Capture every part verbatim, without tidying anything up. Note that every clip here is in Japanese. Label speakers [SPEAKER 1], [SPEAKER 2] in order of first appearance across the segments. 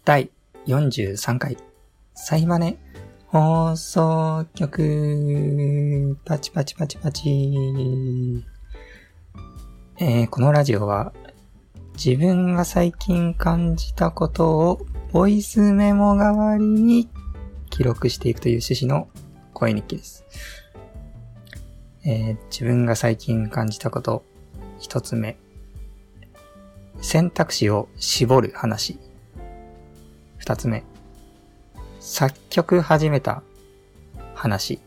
[SPEAKER 1] だいよんじゅうさんかいサイマネ放送局パチパチパチパチ、えー、このラジオは自分が最近感じたことをボイスメモ代わりに記録していくという趣旨の声日記です。えー、自分が最近感じたこと一つ目、選択肢を絞る話。二つ目、作曲始めた話。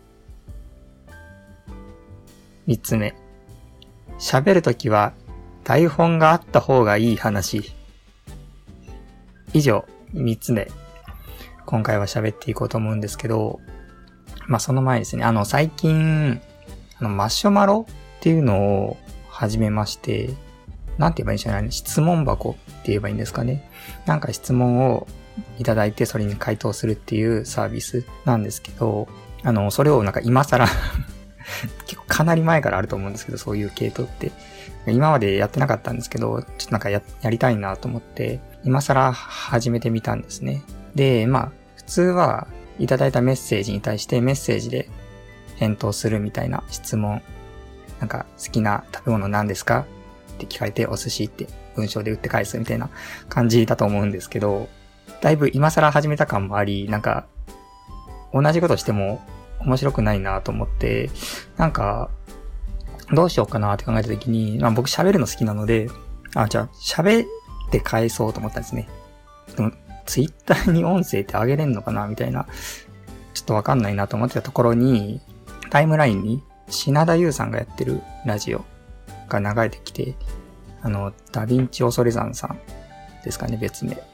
[SPEAKER 1] 三つ目、喋るときは台本があった方がいい話。以上、三つ目。今回は喋っていこうと思うんですけど、まあ、その前ですね、あの、最近、あの、マシュマロっていうのを始めまして、なんて言えばいいんでしょうね、質問箱って言えばいいんですかね。なんか質問をいただいてそれに回答するっていうサービスなんですけど、あの、それをなんか今更結構かなり前からあると思うんですけど、そういう系統って。今までやってなかったんですけど、ちょっとなんか や, やりたいなと思って、今更始めてみたんですね。で、まあ、普通はいただいたメッセージに対してメッセージで返答するみたいな質問。なんか好きな食べ物何ですかって聞かれてお寿司って文章で打って返すみたいな感じだと思うんですけど、だいぶ今更始めた感もあり、なんか同じことしても面白くないなと思って、なんかどうしようかなって考えたときに、まあ僕喋るの好きなので、あ、じゃあ喋って返そうと思ったんですね。でもツイッターに音声って上げれんのかなみたいな、ちょっとわかんないなと思ってたところに、タイムラインに品田優さんがやってるラジオが流れてきて、あの、ダヴィンチ恐山さんですかね、別名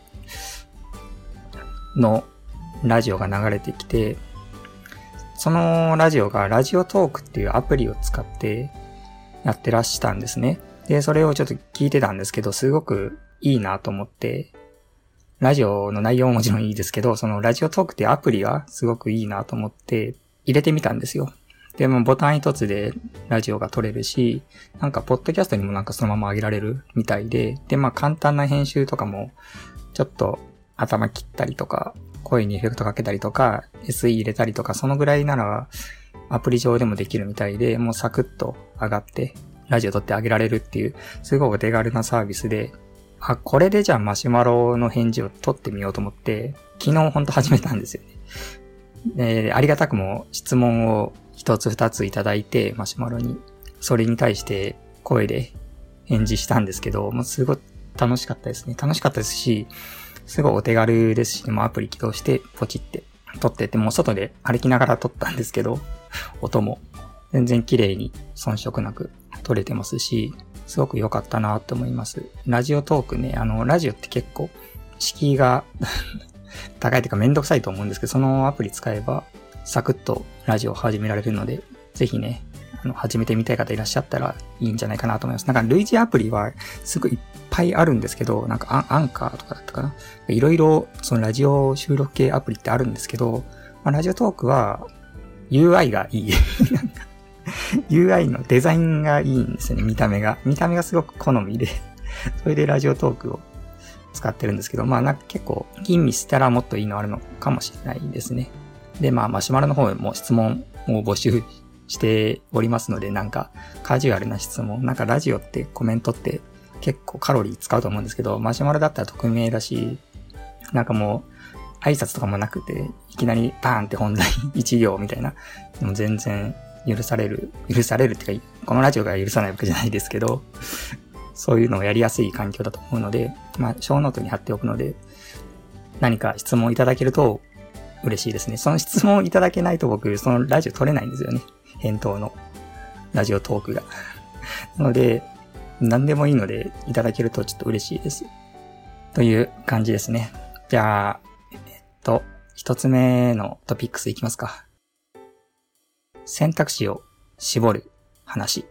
[SPEAKER 1] のラジオが流れてきて、そのラジオがラジオトークっていうアプリを使ってやってらしたんですね。で、それをちょっと聞いてたんですけど、すごくいいなと思って、ラジオの内容ももちろんいいですけど、そのラジオトークっていうアプリがすごくいいなと思って入れてみたんですよ。でもボタン一つでラジオが撮れるし、なんかポッドキャストにもなんかそのまま上げられるみたいで、でまあ簡単な編集とかもちょっと頭切ったりとか、声にエフェクトかけたりとか、エスイー 入れたりとか、そのぐらいならアプリ上でもできるみたいで、もうサクッと上がってラジオ撮ってあげられるっていう、すごく手軽なサービスで、あ、これでじゃあマシュマロの返事を撮ってみようと思って、昨日ほんと始めたんですよね。で、ありがたくも質問を一つ二ついただいて、マシュマロに。それに対して声で返事したんですけど、もうすごい楽しかったですね。楽しかったですし、すごいお手軽ですし、もうアプリ起動してポチって撮ってて、もう外で歩きながら撮ったんですけど、音も全然綺麗に遜色なく撮れてますし、すごく良かったなと思います。ラジオトークね、あの、ラジオって結構敷居が高いというかめんどくさいと思うんですけど、そのアプリ使えばサクッとラジオを始められるので、ぜひね、あの、始めてみたい方いらっしゃったらいいんじゃないかなと思います。なんか類似アプリはすごいいっぱいあるんですけど、なんかアン、アンカーとかだったかな。いろいろそのラジオ収録系アプリってあるんですけど、まあ、ラジオトークは ユーアイ がいい。なんかユーアイ のデザインがいいんですよね、見た目が。見た目がすごく好みで、それでラジオトークを使ってるんですけど、まあなんか結構吟味したらもっといいのあるのかもしれないですね。で、まあマシュマロの方も質問を募集しておりますので、なんかカジュアルな質問、なんかラジオってコメントって結構カロリー使うと思うんですけど、マシュマロだったら匿名だし、なんかもう挨拶とかもなくて、いきなりバーンって本題一行みたいな、もう全然許される、許されるっていうか、このラジオが許さないわけじゃないですけど、そういうのをやりやすい環境だと思うので、まあ、ショーノートに貼っておくので、何か質問いただけると嬉しいですね。その質問いただけないと僕、そのラジオ撮れないんですよね。返答のラジオトークが。なので、何でもいいのでいただけるとちょっと嬉しいです。という感じですね。じゃあ、えっと、一つ目のトピックスいきますか。選択肢を絞る話。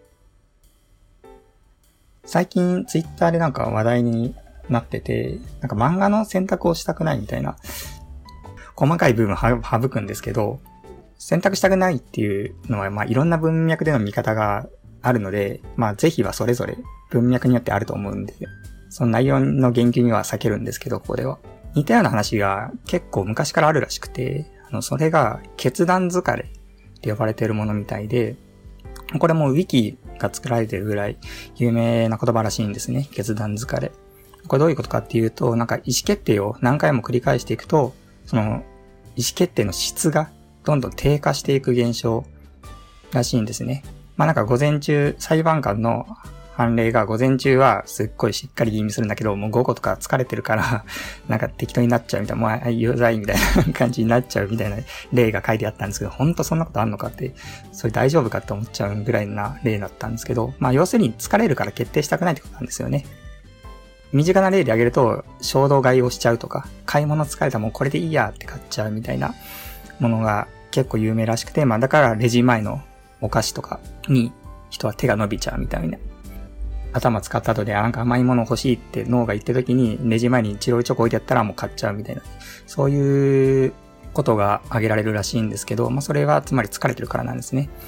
[SPEAKER 1] 最近ツイッターでなんか話題になってて、なんか漫画の選択をしたくないみたいな細かい部分は省くんですけど、選択したくないっていうのはまあいろんな文脈での見方があるので、まあ是非はそれぞれ文脈によってあると思うんで、その内容の言及には避けるんですけど、ここでは。 似たような話が結構昔からあるらしくて、あの、それが決断疲れって呼ばれているものみたいで、これもウィキが作られているぐらい有名な言葉らしいんですね。決断疲れ。これどういうことかっていうと、なんか意思決定を何回も繰り返していくと、その意思決定の質がどんどん低下していく現象らしいんですね。まあなんか午前中、裁判官の判例が午前中はすっごいしっかり吟味するんだけど、もう午後とか疲れてるから、なんか適当になっちゃうみたいな、もう有罪みたいな感じになっちゃうみたいな例が書いてあったんですけど、ほんとそんなことあんのかって、それ大丈夫かって思っちゃうぐらいな例だったんですけど、まあ要するに疲れるから決定したくないってことなんですよね。身近な例で挙げると、衝動買いをしちゃうとか、買い物疲れたもうこれでいいやって買っちゃうみたいなものが結構有名らしくて、まあだからレジ前のお菓子とかに人は手が伸びちゃうみたいな。頭使った後でなんか甘いもの欲しいって脳が言ってる時にレジ前にチロルチョコ置いてあったらもう買っちゃうみたいな。そういうことが挙げられるらしいんですけど、まあそれはつまり疲れてるからなんですね。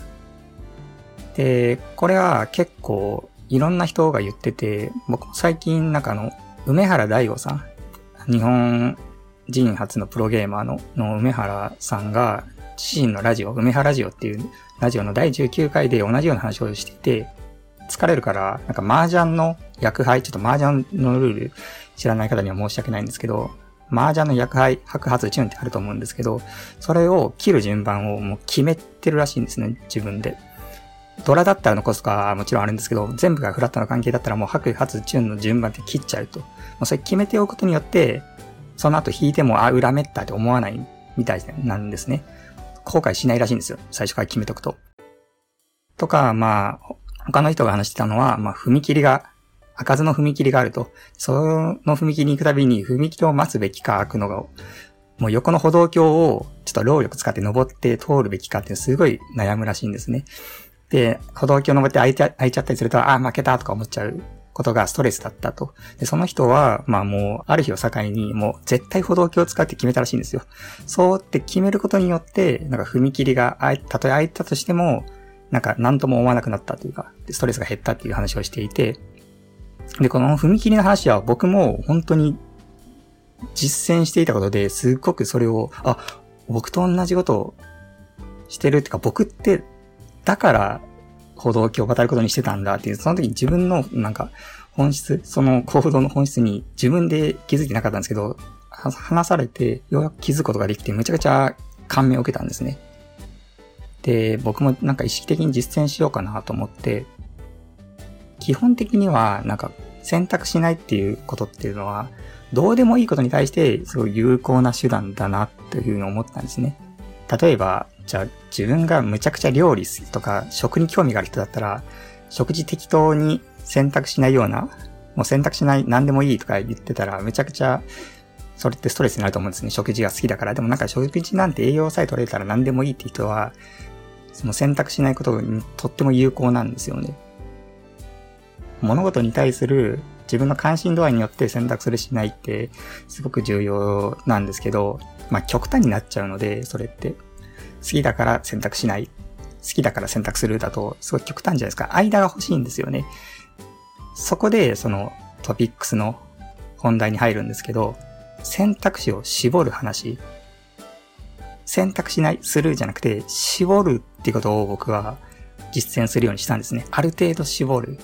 [SPEAKER 1] で、これは結構いろんな人が言ってて、僕も最近なんかあの、梅原大吾さん、日本人初のプロゲーマーの、の梅原さんが自身のラジオ、梅原ラジオっていうラジオのだいじゅうきゅうかいで同じような話をしていて、疲れるから、なんか麻雀の役配、ちょっと麻雀のルール知らない方には申し訳ないんですけど、麻雀の役配、白髪チュンってあると思うんですけど、それを切る順番をもう決めてるらしいんですね、自分で。ドラだったら残すとかはもちろんあるんですけど、全部がフラットな関係だったらもう白髪チュンの順番って切っちゃうと。もうそれ決めておくことによって、その後引いても、あ、裏めったって思わないみたいなんですね。後悔しないらしいんですよ、最初から決めとくと。とか、まあ、他の人が話してたのは、まあ、踏切が、開かずの踏切があると。その踏切に行くたびに踏切を待つべきか開くのが、もう横の歩道橋をちょっと労力使って登って通るべきかってすごい悩むらしいんですね。で、歩道橋登って開いちゃ、開いちゃったりすると、あ、負けたとか思っちゃうことがストレスだったと。で、その人は、まあもう、ある日を境に、もう絶対歩道橋を使って決めたらしいんですよ。そうって決めることによって、なんか踏切が開い、たとえ開いたとしても、なんか何とも思わなくなったというか、ストレスが減ったっていう話をしていて、で、この踏切の話は僕も本当に実践していたことですっごくそれを、あ、僕と同じことをしてるっていうか、僕ってだから歩道橋を渡ることにしてたんだっていう、その時に自分のなんか本質、その行動の本質に自分で気づいてなかったんですけど、話されてようやく気づくことができてめちゃくちゃ感銘を受けたんですね。で、僕もなんか意識的に実践しようかなと思って、基本的にはなんか選択しないっていうことっていうのは、どうでもいいことに対してすごい有効な手段だなというふうに思ったんですね。例えば、じゃあ自分がむちゃくちゃ料理とか食に興味がある人だったら、食事適当に選択しないような、もう選択しない何でもいいとか言ってたら、めちゃくちゃそれってストレスになると思うんですね。食事が好きだから。でもなんか食事なんて栄養さえ取れたら何でもいいって人は、その選択しないことにとっても有効なんですよね。物事に対する自分の関心度合いによって選択するしないってすごく重要なんですけど、まあ極端になっちゃうので、それって。好きだから選択しない。好きだから選択するだと、すごい極端じゃないですか。間が欲しいんですよね。そこで、そのトピックスの本題に入るんですけど、選択肢を絞る話。選択しない、するじゃなくて、絞るっていうことを僕は実践するようにしたんですね。ある程度絞る。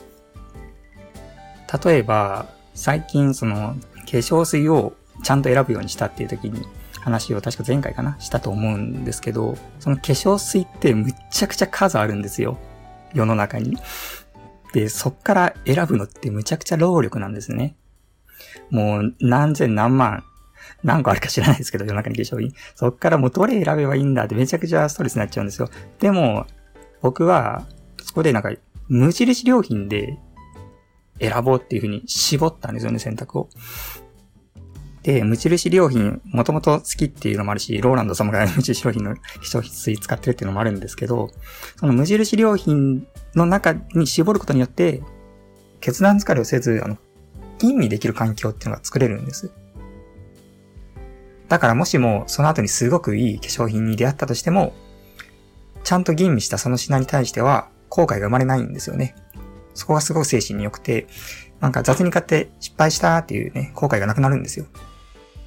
[SPEAKER 1] 例えば、最近その、化粧水をちゃんと選ぶようにしたっていう時に、話を確か前回かなしたと思うんですけど、その化粧水ってむっちゃくちゃ数あるんですよ。世の中に。で、そっから選ぶのってむちゃくちゃ労力なんですね。もう何千何万、何個あるか知らないですけど、世の中に化粧品。そっからもうどれ選べばいいんだってめちゃくちゃストレスになっちゃうんですよ。でも、僕は、そこでなんか、無印良品で選ぼうっていう風に絞ったんですよね、選択を。で、無印良品、もともと好きっていうのもあるし、ローランド様が無印良品の化粧水使ってるっていうのもあるんですけど、その無印良品の中に絞ることによって、決断疲れをせず、あの、吟味できる環境っていうのが作れるんです。だからもしもその後にすごくいい化粧品に出会ったとしても、ちゃんと吟味したその品に対しては後悔が生まれないんですよね。そこがすごく精神に良くて、なんか雑に買って失敗したっていうね、後悔がなくなるんですよ。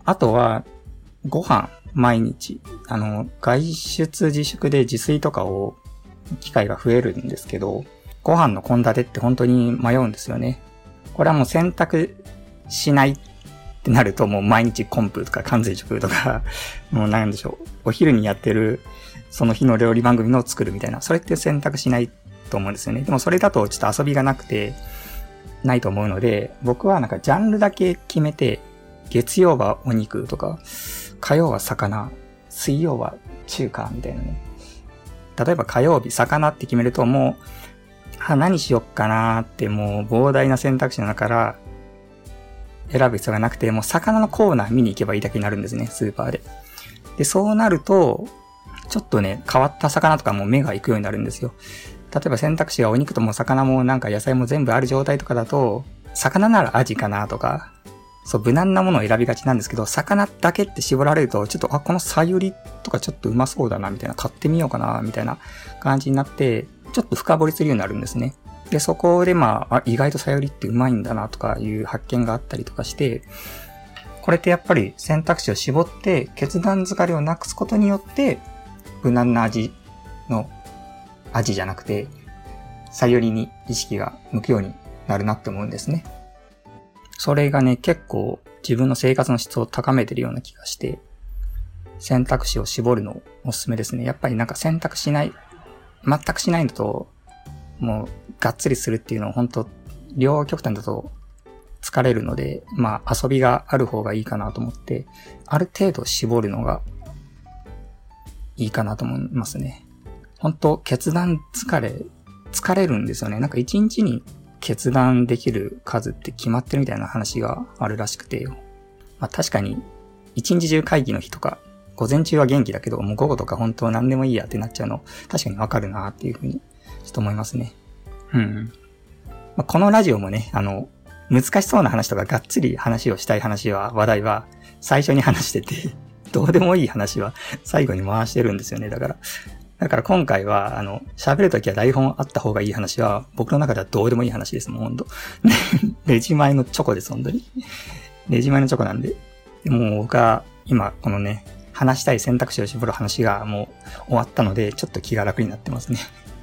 [SPEAKER 1] あとは、ご飯、毎日。あの、外出自粛で自炊とかを、機会が増えるんですけど、ご飯の献立って本当に迷うんですよね。これはもう選択しないってなるともう毎日コンプとか完全食とか、もうなんでしょう。お昼にやってるその日の料理番組のを作るみたいな。それって選択しないと思うんですよね。でもそれだとちょっと遊びがなくて、ないと思うので、僕はなんかジャンルだけ決めて、月曜はお肉とか、火曜は魚、水曜は中華みたいなね。例えば火曜日魚って決めるともう、あ、何しよっかなーってもう膨大な選択肢の中から選ぶ必要がなくて、もう魚のコーナー見に行けばいいだけになるんですね、スーパーで。で、そうなると、ちょっとね、変わった魚とかも目が行くようになるんですよ。例えば選択肢がお肉とも魚もなんか野菜も全部ある状態とかだと、魚ならアジかなとか、そう、無難なものを選びがちなんですけど、魚だけって絞られると、ちょっと、あ、このさゆりとかちょっとうまそうだな、みたいな、買ってみようかな、みたいな感じになって、ちょっと深掘りするようになるんですね。で、そこでまあ、あ意外とさゆりってうまいんだな、とかいう発見があったりとかして、これってやっぱり選択肢を絞って、決断疲れをなくすことによって、無難な味の、味じゃなくて、さゆりに意識が向くようになるなって思うんですね。それがね、結構自分の生活の質を高めてるような気がして、選択肢を絞るのおすすめですね。やっぱりなんか選択しない、全くしないのと、もうがっつりするっていうのは本当両極端だと疲れるので、まあ遊びがある方がいいかなと思って、ある程度絞るのがいいかなと思いますね。本当決断疲れ、疲れるんですよね。なんか一日に決断できる数って決まってるみたいな話があるらしくてよ。まあ確かに、一日中会議の日とか、午前中は元気だけど、もう午後とか本当何でもいいやってなっちゃうの、確かにわかるなっていうふうに、ちょっと思いますね。うん。まあ、このラジオもね、あの、難しそうな話とかがっつり話をしたい話は、話題は最初に話してて、どうでもいい話は最後に回してるんですよね。だから。だから今回は、あの、喋るときは台本あった方がいい話は、僕の中ではどうでもいい話です、もうほんと。レジ前のチョコです、ほんとに。レジ前のチョコなんで。でもう僕は、今、このね、話したい選択肢を絞る話がもう終わったので、ちょっと気が楽になってますね。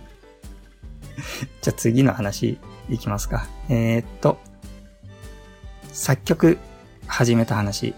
[SPEAKER 1] じゃあ次の話、いきますか。えー、っと、作曲、始めた話。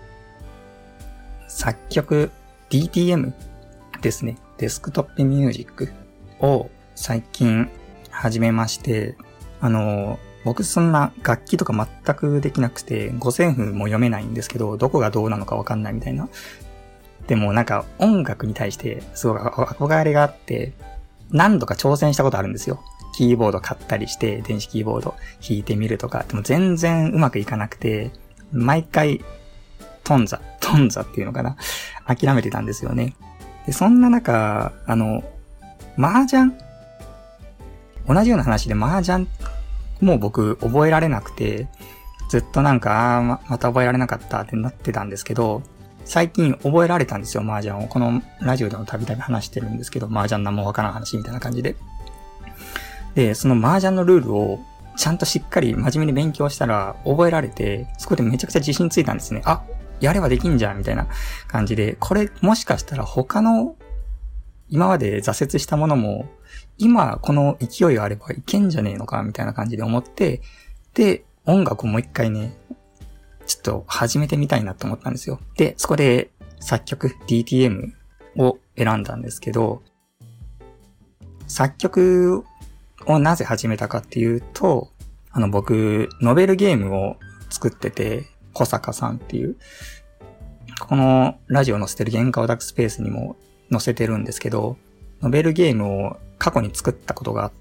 [SPEAKER 1] 作曲、ディーティーエム ですね。デスクトップミュージックを最近始めまして、あの、僕そんな楽器とか全くできなくて、五線譜も読めないんですけど、どこがどうなのかわかんないみたいな。でもなんか音楽に対してすごい憧れがあって、何度か挑戦したことあるんですよ。キーボード買ったりして、電子キーボード弾いてみるとか、でも全然うまくいかなくて、毎回、頓挫、頓挫っていうのかな。諦めてたんですよね。で、そんな中、あの、麻雀同じような話で麻雀もう僕覚えられなくて、ずっとなんか、あーま、また覚えられなかったってなってたんですけど、最近覚えられたんですよ、麻雀を。このラジオでもたびたび話してるんですけど、麻雀なんもわからん話みたいな感じで。で、その麻雀のルールをちゃんとしっかり真面目に勉強したら覚えられて、そこでめちゃくちゃ自信ついたんですね。あ、やればできんじゃんみたいな感じで、これもしかしたら他の今まで挫折したものも今この勢いがあればいけんじゃねえのかみたいな感じで思って、で、音楽をもう一回ね、ちょっと始めてみたいなと思ったんですよ。で、そこで作曲 ディーティーエム を選んだんですけど、作曲をなぜ始めたかっていうと、あの僕、ノベルゲームを作ってて、小坂さんっていう、このラジオ載せてる原価オタクスペースにも載せてるんですけど、ノベルゲームを過去に作ったことがあって、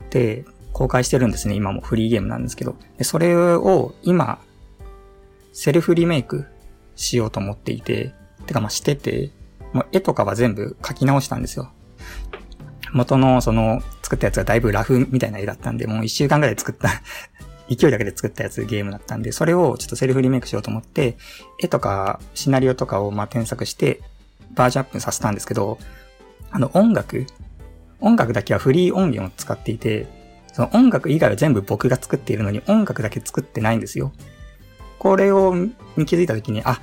[SPEAKER 1] 公開してるんですね。今もフリーゲームなんですけど。でそれを今、セルフリメイクしようと思っていて、てかまあしてて、もう絵とかは全部描き直したんですよ。元のその作ったやつがだいぶラフみたいな絵だったんで、もう一週間ぐらい作った勢いだけで作ったやつゲームだったんで、それをちょっとセルフリメイクしようと思って、絵とかシナリオとかをまあ添削してバージョンアップさせたんですけど、あの音楽、音楽だけはフリー音源を使っていて、その音楽以外は全部僕が作っているのに音楽だけ作ってないんですよ。これをに気づいたときに、あ、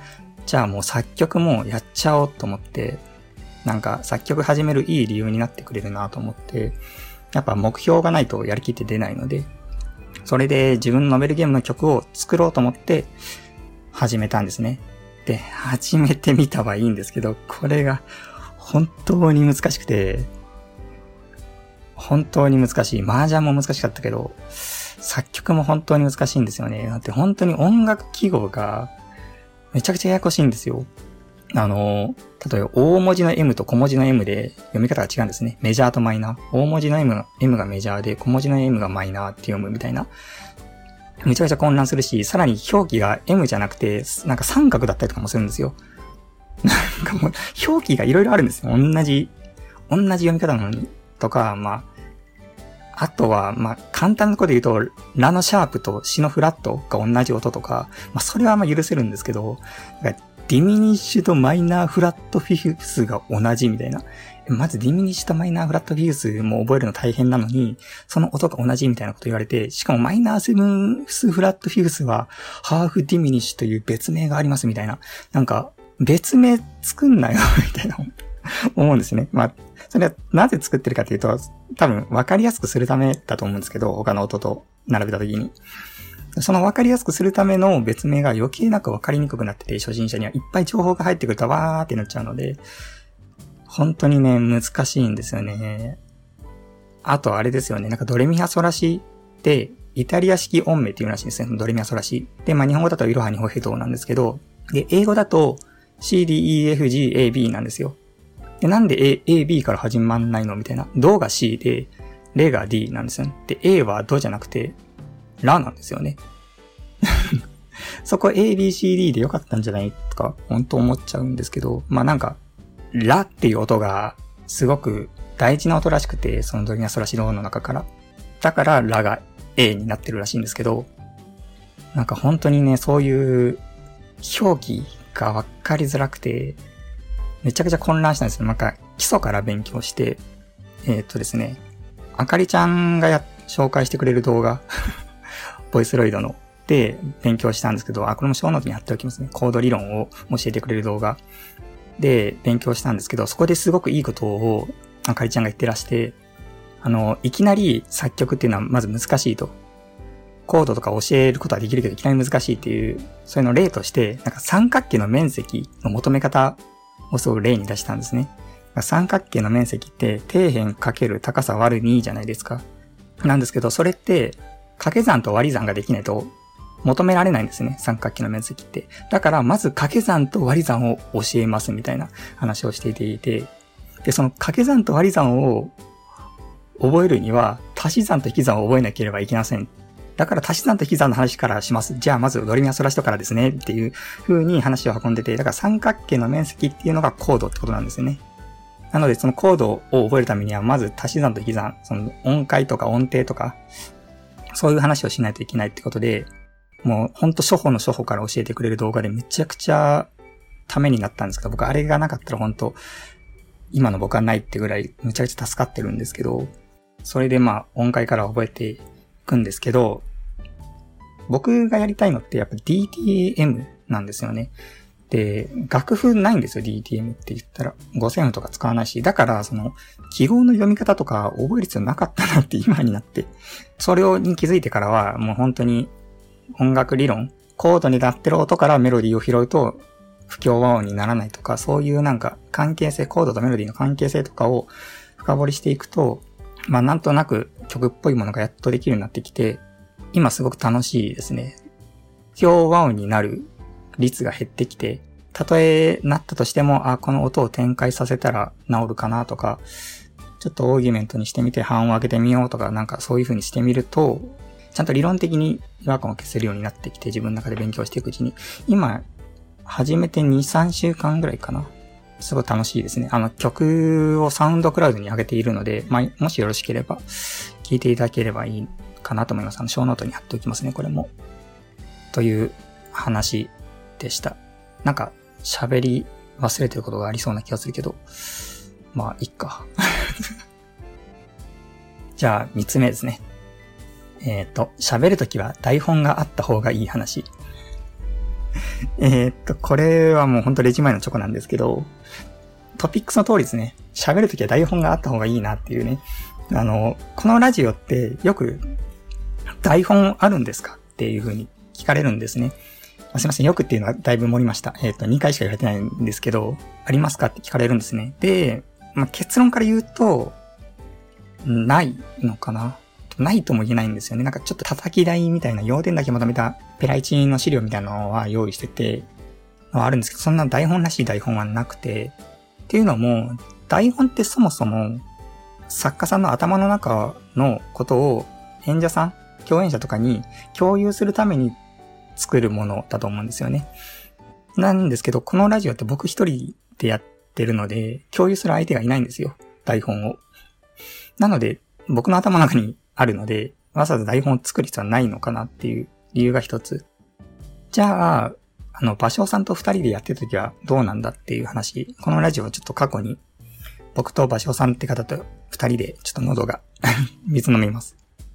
[SPEAKER 1] じゃあもう作曲もやっちゃおうと思って、なんか作曲始めるいい理由になってくれるなと思って、やっぱ目標がないとやりきって出ないので、それで自分のノベルゲームの曲を作ろうと思って始めたんですね。で、始めてみたはいいんですけど、これが本当に難しくて、本当に難しい。麻雀も難しかったけど、作曲も本当に難しいんですよね。だって本当に音楽記号がめちゃくちゃややこしいんですよ。あの、例えば大文字の M と小文字の M で読み方が違うんですね。メジャーとマイナー。大文字の M が、M がメジャーで小文字の M がマイナーって読むみたいな。めちゃくちゃ混乱するし、さらに表記が M じゃなくて、なんか三角だったりとかもするんですよ。なんかもう、表記がいろいろあるんですよ。同じ、同じ読み方なのに。とか、まあ、あとは、まあ、簡単なこと言うと、ラのシャープとシのフラットが同じ音とか、まあ、それはまあ許せるんですけど、ディミニッシュとマイナーフラットフィフスが同じみたいな。まずディミニッシュとマイナーフラットフィフスも覚えるの大変なのに、その音が同じみたいなこと言われて、しかもマイナーセブンスフラットフィフスはハーフディミニッシュという別名がありますみたいな。なんか、別名作んなよみたいな思うんですね。まあ、それはなぜ作ってるかというと、多分分かりやすくするためだと思うんですけど、他の音と並べたときに。その分かりやすくするための別名が余計なく分かりにくくなってて、初心者にはいっぱい情報が入ってくるとわーってなっちゃうので、本当にね、難しいんですよね。あとあれですよね、なんかドレミファソラシってイタリア式音名っていうらしいんですね、ドレミファソラシ。で、まあ日本語だとイロハニホヘトなんですけど、で、英語だと シーディーイーエフジーエービー なんですよ。で、なんで A、A、B から始まんないのみたいな。ドが C で、レが D なんですよね。で、A はドじゃなくて、ラなんですよね。そこ A、B、C、D でよかったんじゃないとか、本当思っちゃうんですけど、まあなんか、ラっていう音が、すごく大事な音らしくて、そのドレミファソラシドの中から。だから、ラが A になってるらしいんですけど、なんか本当にね、そういう表記がわかりづらくて、めちゃくちゃ混乱したんですよ。なんか、基礎から勉強して、えー、っとですね、あかりちゃんがや、紹介してくれる動画、ボイスロイドの、で、勉強したんですけど、あ、これも小ノートに貼っておきますね。コード理論を教えてくれる動画で勉強したんですけど、そこですごくいいことを、あかりちゃんが言ってらして、あの、いきなり作曲っていうのはまず難しいと。コードとか教えることはできるけど、いきなり難しいっていう、それの例として、なんか三角形の面積の求め方をすごく例に出したんですね。三角形の面積って底辺かける高さ割るにじゃないですか。なんですけど、それって掛け算と割り算ができないと求められないんですね。三角形の面積って。だからまず掛け算と割り算を教えますみたいな話をしていて、で、その掛け算と割り算を覚えるには足し算と引き算を覚えなければいけません。だから足し算と引き算の話からします。じゃあまずドレミファソラシドからですねっていう風に話を運んでて、だから三角形の面積っていうのがコードってことなんですよね。なのでそのコードを覚えるためにはまず足し算と引き算、その音階とか音程とか、そういう話をしないといけないってことで、もうほんと初歩の初歩から教えてくれる動画でめちゃくちゃためになったんですけど、僕あれがなかったらほんと今の僕はないってぐらいめちゃくちゃ助かってるんですけど、それでまあ音階から覚えていくんですけど、僕がやりたいのってやっぱ ディーティーエム なんですよね。で、楽譜ないんですよ、ディーティーエム って言ったら。五線譜とか使わないし、だからその記号の読み方とか覚える必要なかったなって今になって、それをに気づいてからはもう本当に音楽理論、コードになってる音からメロディーを拾うと不協和音にならないとか、そういうなんか関係性、コードとメロディーの関係性とかを深掘りしていくと、まあなんとなく曲っぽいものがやっとできるようになってきて、今すごく楽しいですね。不協和音になる率が減ってきて、たとえなったとしても、あ、この音を展開させたら治るかなとか、ちょっとオーギュメントにしてみて半音上げてみようとか、なんかそういう風にしてみると、ちゃんと理論的に違和感を消せるようになってきて、自分の中で勉強していくうちに、今、始めてに、さんしゅうかんぐらいかな。すごい楽しいですね。あの曲をサウンドクラウドに上げているので、まあ、もしよろしければ、聞いていただければいいかなと思います。あの、小ノートに貼っておきますね、これも。という話でした。なんか、喋り忘れてることがありそうな気がするけど、まあ、いっか。じゃあ、三つ目ですね。えっと、喋るときは台本があった方がいい話。 えーっと、これはもうほんとレジ前のチョコなんですけど、トピックスの通りですね。喋るときは台本があった方がいいなっていうね。あの、このラジオってよく台本あるんですかっていう風に聞かれるんですね。すいません、よくっていうのはだいぶ盛りました。えっと、にかいしか言われてないんですけど、ありますかって聞かれるんですね。で、まあ、結論から言うと、ないのかなないとも言えないんですよね。なんかちょっと叩き台みたいな要点だけまとめたペライチの資料みたいなのは用意してて、はあるんですけど、そんな台本らしい台本はなくて、っていうのも、台本ってそもそも作家さんの頭の中のことを演者さん、共演者とかに共有するために作るものだと思うんですよね。なんですけど、このラジオって僕一人でやってるので、共有する相手がいないんですよ。台本を。なので、僕の頭の中にあるので、わざわざ台本を作る必要はないのかなっていう理由が一つ。じゃあ、あの、芭蕉さんと二人でやってるときはどうなんだっていう話。このラジオはちょっと過去に、僕と芭蕉さんって方と二人でちょっと喉が水飲みます。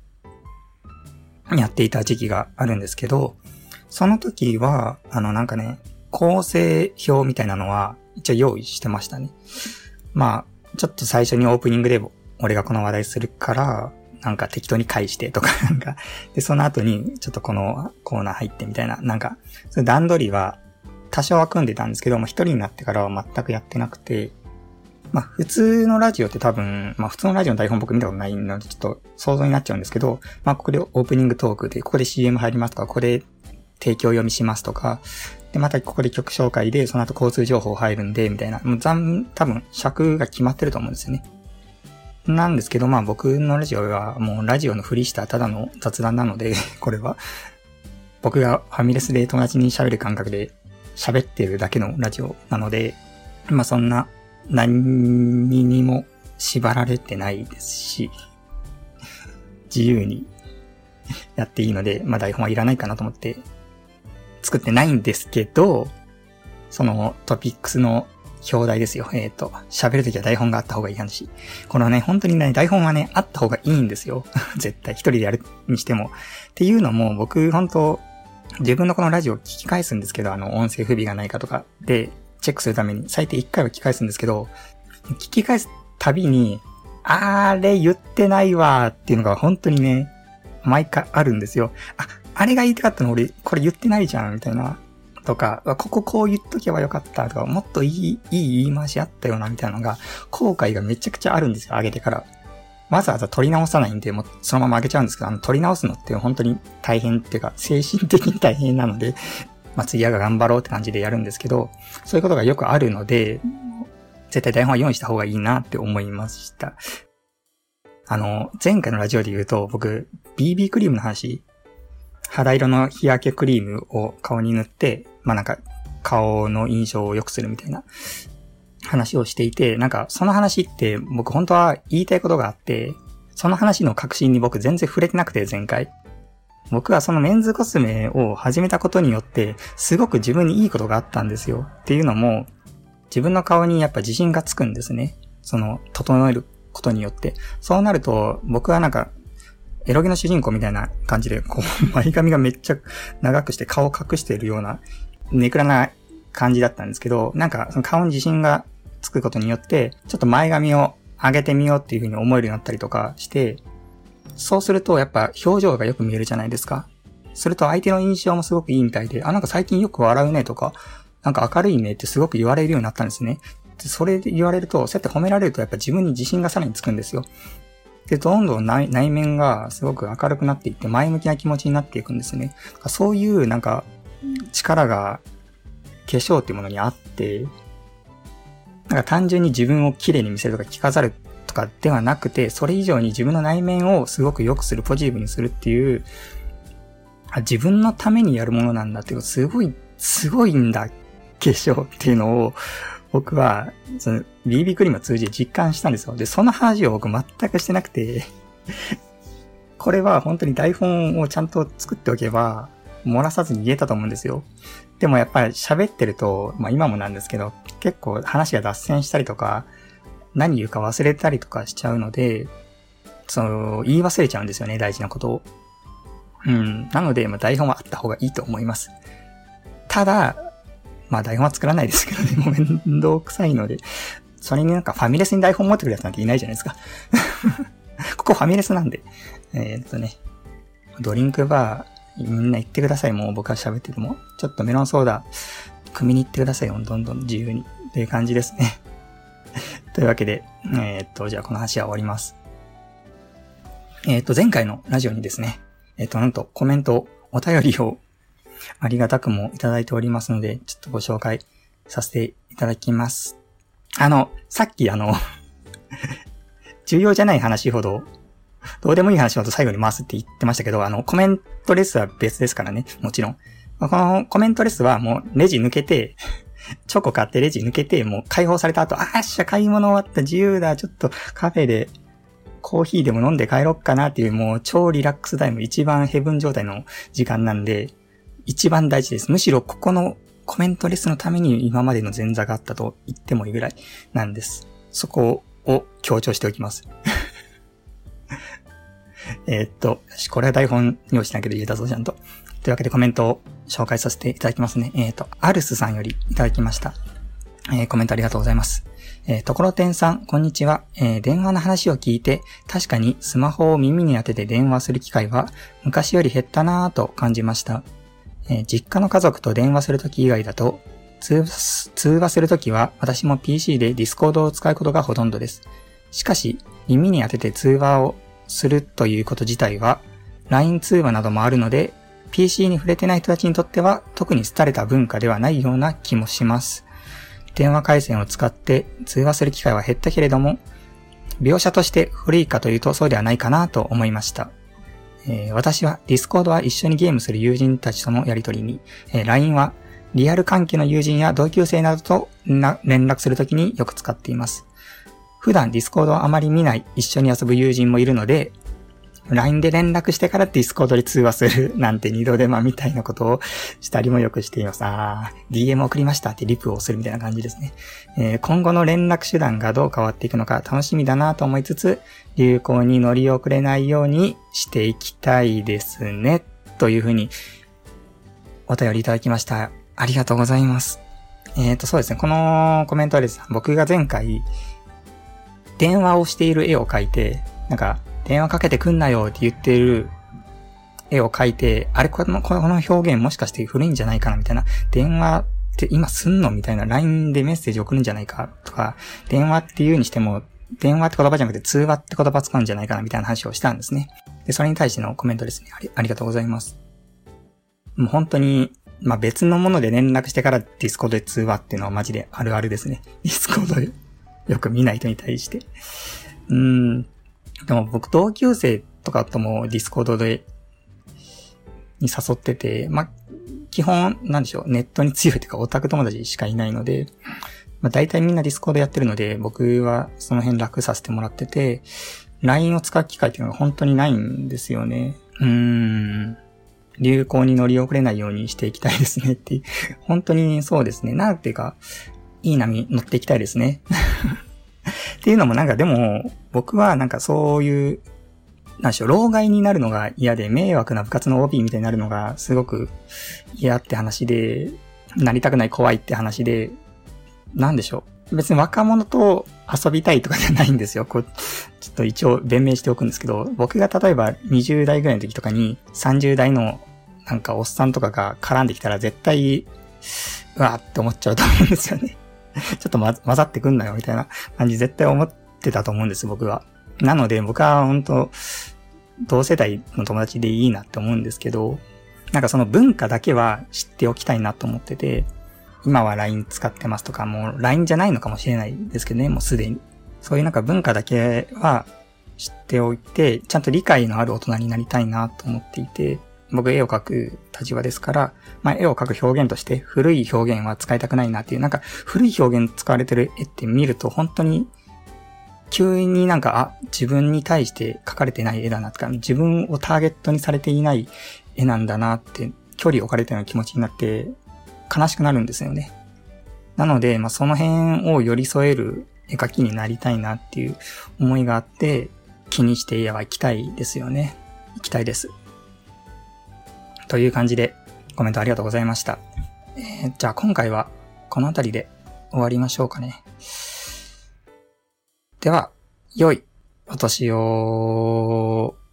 [SPEAKER 1] やっていた時期があるんですけど、その時は、あのなんかね、構成表みたいなのは一応用意してましたね。まあ、ちょっと最初にオープニングで俺がこの話題するから、なんか適当に返してとかなんか、で、その後にちょっとこのコーナー入ってみたいな、なんか、それ段取りは多少は組んでたんですけど、もう一人になってからは全くやってなくて、まあ普通のラジオって多分、まあ普通のラジオの台本僕見たことないのでちょっと想像になっちゃうんですけど、まあここでオープニングトークで、ここで シーエム 入りますとか、ここで提供読みしますとか、で、またここで曲紹介で、その後交通情報入るんで、みたいな、もう残、多分尺が決まってると思うんですよね。なんですけど、まあ僕のラジオはもうラジオのふりしたただの雑談なので、これは。僕がファミレスで友達に喋る感覚で喋ってるだけのラジオなので、まあそんな何にも縛られてないですし、自由にやっていいので、まあ台本はいらないかなと思って作ってないんですけど、そのトピックスの表題ですよ。えっと、喋るときは台本があった方がいい話。このね、本当にね、台本はね、あった方がいいんですよ。絶対。一人でやるにしても。っていうのも、僕、本当自分のこのラジオを聞き返すんですけど、あの、音声不備がないかとかで、チェックするために、最低一回は聞き返すんですけど、聞き返すたびに、あれ言ってないわーっていうのが本当にね、毎回あるんですよ。あ、あれが言いたかったの俺、これ言ってないじゃん、みたいな。とか、こここう言っとけばよかったとか、もっといい、いい言い回しあったよな、みたいなのが、後悔がめちゃくちゃあるんですよ、上げてから。わざわざ撮り直さないんで、もうそのまま上げちゃうんですけど、あの、撮り直すのって本当に大変っていうか、精神的に大変なので、まあ、次は頑張ろうって感じでやるんですけど、そういうことがよくあるので、絶対台本は用意した方がいいなって思いました。あの、前回のラジオで言うと、僕、ビービー クリームの話、肌色の日焼けクリームを顔に塗って、まあなんか顔の印象を良くするみたいな話をしていて、なんかその話って僕本当は言いたいことがあって、その話の核心に僕全然触れてなくて前回。僕はそのメンズコスメを始めたことによってすごく自分にいいことがあったんですよ。っていうのも自分の顔にやっぱ自信がつくんですね。その整えることによって。そうなると僕はなんかエロゲの主人公みたいな感じで、こう、前髪がめっちゃ長くして顔を隠しているような、ネクラな感じだったんですけど、なんか、その顔に自信がつくことによって、ちょっと前髪を上げてみようっていう風に思えるようになったりとかして、そうするとやっぱ表情がよく見えるじゃないですか。すると相手の印象もすごくいいみたいで、あ、なんか最近よく笑うねとか、なんか明るいねってすごく言われるようになったんですね。でそれで言われると、そうやって褒められるとやっぱ自分に自信がさらにつくんですよ。で、どんどん 内, 内面がすごく明るくなっていって前向きな気持ちになっていくんですね。そういうなんか力が化粧っていうものにあって、なんか単純に自分を綺麗に見せるとか着飾るとかではなくて、それ以上に自分の内面をすごく良くする、ポジティブにするっていう、自分のためにやるものなんだっていう、すごい、すごいんだ、化粧っていうのを、僕は、その、ビービー クリームを通じて実感したんですよ。で、その話を僕全くしてなくて、これは本当に台本をちゃんと作っておけば、漏らさずに言えたと思うんですよ。でもやっぱり喋ってると、まあ今もなんですけど、結構話が脱線したりとか、何言うか忘れたりとかしちゃうので、その、言い忘れちゃうんですよね、大事なことを。うん。なので、まあ台本はあった方がいいと思います。 ただ、まあ台本は作らないですけどね、もうめんどくさいので、それになんかファミレスに台本持ってくるやつなんていないじゃないですか。ここファミレスなんで。えー、っとね、ドリンクバー、みんな行ってください。もう僕は喋ってても。ちょっとメロンソーダ、組みに行ってくださいよ。どんどん自由に。という感じですね。というわけで、えー、っと、じゃあこの話は終わります。えー、っと、前回のラジオにですね、えー、っと、なんとコメント、お便りをありがたくもいただいておりますので、ちょっとご紹介させていただきます。あの、さっきあの、重要じゃない話ほど、どうでもいい話ほど最後に回すって言ってましたけど、あの、コメントレスは別ですからね、もちろん。このコメントレスはもうレジ抜けて、チョコ買ってレジ抜けて、もう解放された後、あーっしゃ、買い物終わった、自由だ、ちょっとカフェでコーヒーでも飲んで帰ろっかなっていう、もう超リラックスタイム、一番ヘブン状態の時間なんで、一番大事です。むしろここのコメントレスのために今までの前座があったと言ってもいいぐらいなんです。そこを強調しておきます。えっと、これは台本用意しなきゃ言えたぞ、ちゃんと。というわけでコメントを紹介させていただきますね。えっと、アルスさんよりいただきました。えー、コメントありがとうございます。えー、ところてんさん、こんにちは。えー、電話の話を聞いて、確かにスマホを耳に当てて電話する機会は昔より減ったなぁと感じました。えー、実家の家族と電話するとき以外だと、通話、通話するときは私も ピーシー で Discord を使うことがほとんどです。しかし、耳に当てて通話をするということ自体は、ライン 通話などもあるので、ピーシー に触れてない人たちにとっては特に廃れた文化ではないような気もします。電話回線を使って通話する機会は減ったけれども、描写として古いかというとそうではないかなと思いました。えー、私は Discord は一緒にゲームする友人たちとのやりとりに、えー、ライン はリアル関係の友人や同級生などとな連絡するときによく使っています。普段 Discord をあまり見ない一緒に遊ぶ友人もいるので、ライン で連絡してから Discord で通話するなんて二度手間みたいなことをしたりもよくしています。あー、ディーエム 送りましたってリプをするみたいな感じですね。えー、今後の連絡手段がどう変わっていくのか楽しみだなと思いつつ、流行に乗り遅れないようにしていきたいですね。というふうにお便りいただきました。ありがとうございます。えーと、そうですね。このコメントはです。僕が前回、電話をしている絵を描いて、なんか、電話かけてくんなよって言ってる絵を描いて、あれこの、この表現もしかして古いんじゃないかなみたいな。電話って今すんのみたいな。ライン でメッセージ送るんじゃないかとか、電話って言うにしても、電話って言葉じゃなくて通話って言葉使うんじゃないかなみたいな話をしたんですね。で、それに対してのコメントですね。あり、ありがとうございます。もう本当に、まあ、別のもので連絡してからディスコードで通話っていうのはマジであるあるですね。ディスコードでよく見ない人に対して。うーん。でも僕同級生とかともディスコードで、に誘ってて、まあ、基本、なんでしょう、ネットに強いというかオタク友達しかいないので、まあ、大体みんなディスコードやってるので、僕はその辺楽させてもらってて、ライン を使う機会っていうのが本当にないんですよね。うーん。流行に乗り遅れないようにしていきたいですねっていう。本当にそうですね。なんていうか、いい波乗っていきたいですね。っていうのもなんかでも、僕はなんかそういう、なんでしょう、老害になるのが嫌で、迷惑な部活の オービー みたいになるのがすごく嫌って話で、なりたくない怖いって話で、なんでしょう。別に若者と遊びたいとかじゃないんですよ。こう、ちょっと一応弁明しておくんですけど、僕が例えばにじゅう代ぐらいの時とかにさんじゅう代のなんかおっさんとかが絡んできたら絶対、うわーって思っちゃうと思うんですよね。ちょっと、ま、混ざってくんなよみたいな感じ絶対思ってたと思うんです、僕は。なので僕は本当同世代の友達でいいなって思うんですけど、なんかその文化だけは知っておきたいなと思ってて、今は ライン 使ってますとか、もう ライン じゃないのかもしれないですけどね、もうすでに。そういうなんか文化だけは知っておいて、ちゃんと理解のある大人になりたいなと思っていて、僕絵を描く立場ですから、まあ絵を描く表現として古い表現は使いたくないなっていう、なんか古い表現使われてる絵って見ると本当に急になんか、あ、自分に対して描かれてない絵だなとか、自分をターゲットにされていない絵なんだなって距離を置かれたような気持ちになって悲しくなるんですよね。なので、まあその辺を寄り添える絵描きになりたいなっていう思いがあって、気にして絵は行きたいですよね。行きたいです。という感じでコメントありがとうございました。 えー、じゃあ今回はこの辺りで終わりましょうかね。では、良いお年を。